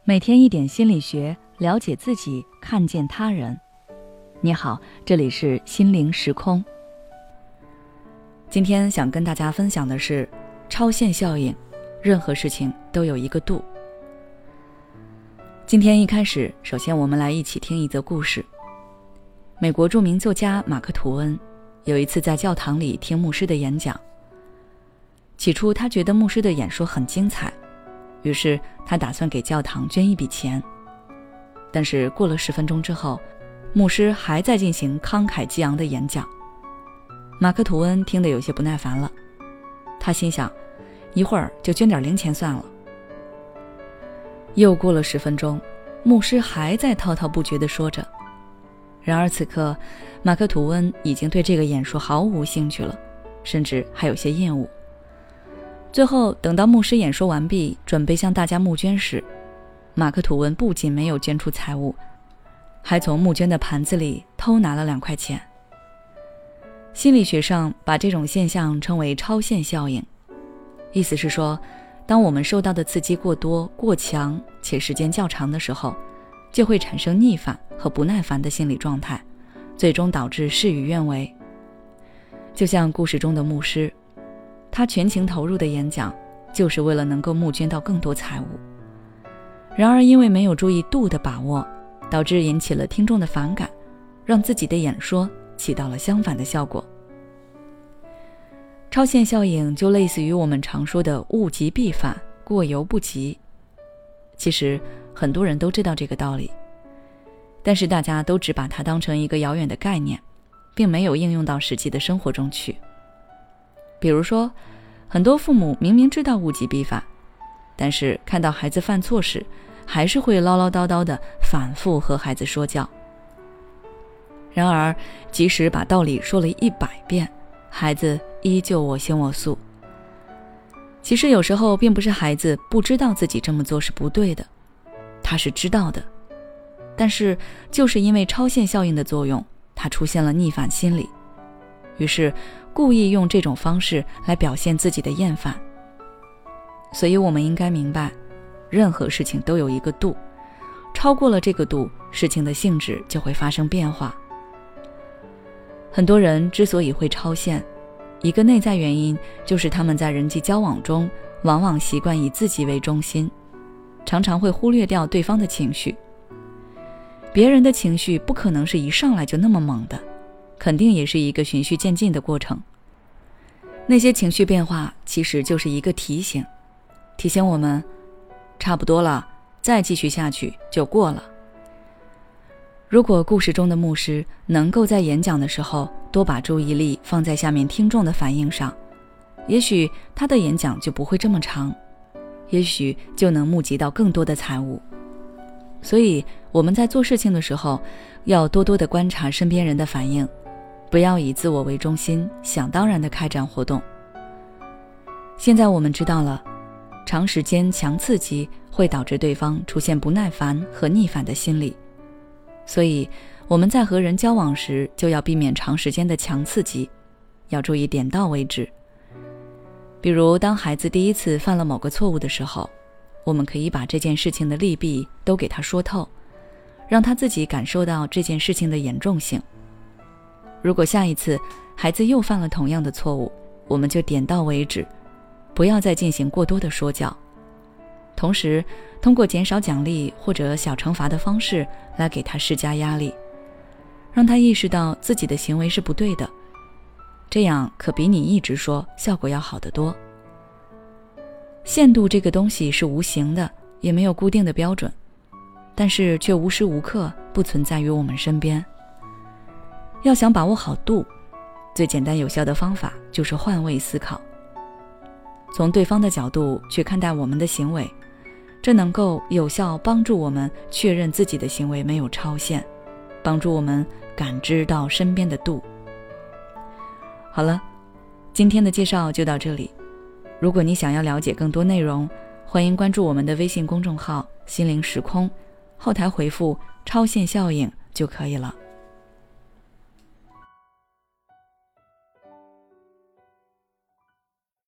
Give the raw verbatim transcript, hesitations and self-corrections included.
每天一点心理学，了解自己，看见他人。你好，这里是心灵时空。今天想跟大家分享的是超限效应，任何事情都有一个度。今天一开始，首先我们来一起听一则故事。美国著名作家马克·吐温有一次在教堂里听牧师的演讲。起初他觉得牧师的演说很精彩，于是他打算给教堂捐一笔钱。但是过了十分钟之后，牧师还在进行慷慨激昂的演讲。马克·吐温听得有些不耐烦了，他心想，一会儿就捐点零钱算了。又过了十分钟，牧师还在滔滔不绝地说着。然而此刻，马克·吐温已经对这个演说毫无兴趣了，甚至还有些厌恶。最后等到牧师演说完毕，准备向大家募捐时，马克·吐温不仅没有捐出财物，还从募捐的盘子里偷拿了两块钱。心理学上把这种现象称为超限效应，意思是说，当我们受到的刺激过多、过强且时间较长的时候，就会产生逆反和不耐烦的心理状态，最终导致事与愿违。就像故事中的牧师，他全情投入的演讲，就是为了能够募捐到更多财物。然而因为没有注意度的把握，导致引起了听众的反感，让自己的演说起到了相反的效果。超限效应就类似于我们常说的物极必反，过犹不及。其实很多人都知道这个道理，但是大家都只把它当成一个遥远的概念，并没有应用到实际的生活中去。比如说，很多父母明明知道物极必反，但是看到孩子犯错时，还是会唠唠叨叨地反复和孩子说教。然而即使把道理说了一百遍，孩子依旧我行我素。其实有时候并不是孩子不知道自己这么做是不对的，他是知道的，但是就是因为超限效应的作用，他出现了逆反心理，于是故意用这种方式来表现自己的厌烦。所以我们应该明白，任何事情都有一个度，超过了这个度，事情的性质就会发生变化。很多人之所以会超限，一个内在原因就是他们在人际交往中往往习惯以自己为中心，常常会忽略掉对方的情绪。别人的情绪不可能是一上来就那么猛的，肯定也是一个循序渐进的过程。那些情绪变化其实就是一个提醒，提醒我们差不多了，再继续下去就过了。如果故事中的牧师能够在演讲的时候多把注意力放在下面听众的反应上，也许他的演讲就不会这么长，也许就能募集到更多的财物。所以我们在做事情的时候，要多多地观察身边人的反应，不要以自我为中心，想当然地开展活动。现在我们知道了，长时间强刺激会导致对方出现不耐烦和逆反的心理，所以我们在和人交往时就要避免长时间的强刺激，要注意点到为止。比如当孩子第一次犯了某个错误的时候，我们可以把这件事情的利弊都给他说透，让他自己感受到这件事情的严重性。如果下一次孩子又犯了同样的错误，我们就点到为止，不要再进行过多的说教。同时通过减少奖励或者小惩罚的方式来给他施加压力，让他意识到自己的行为是不对的，这样可比你一直说效果要好得多。限度这个东西是无形的，也没有固定的标准，但是却无时无刻不存在于我们身边。要想把握好度，最简单有效的方法就是换位思考，从对方的角度去看待我们的行为，这能够有效帮助我们确认自己的行为没有超限，帮助我们感知到身边的度。好了，今天的介绍就到这里。如果你想要了解更多内容，欢迎关注我们的微信公众号心灵时空，后台回复超限效应就可以了。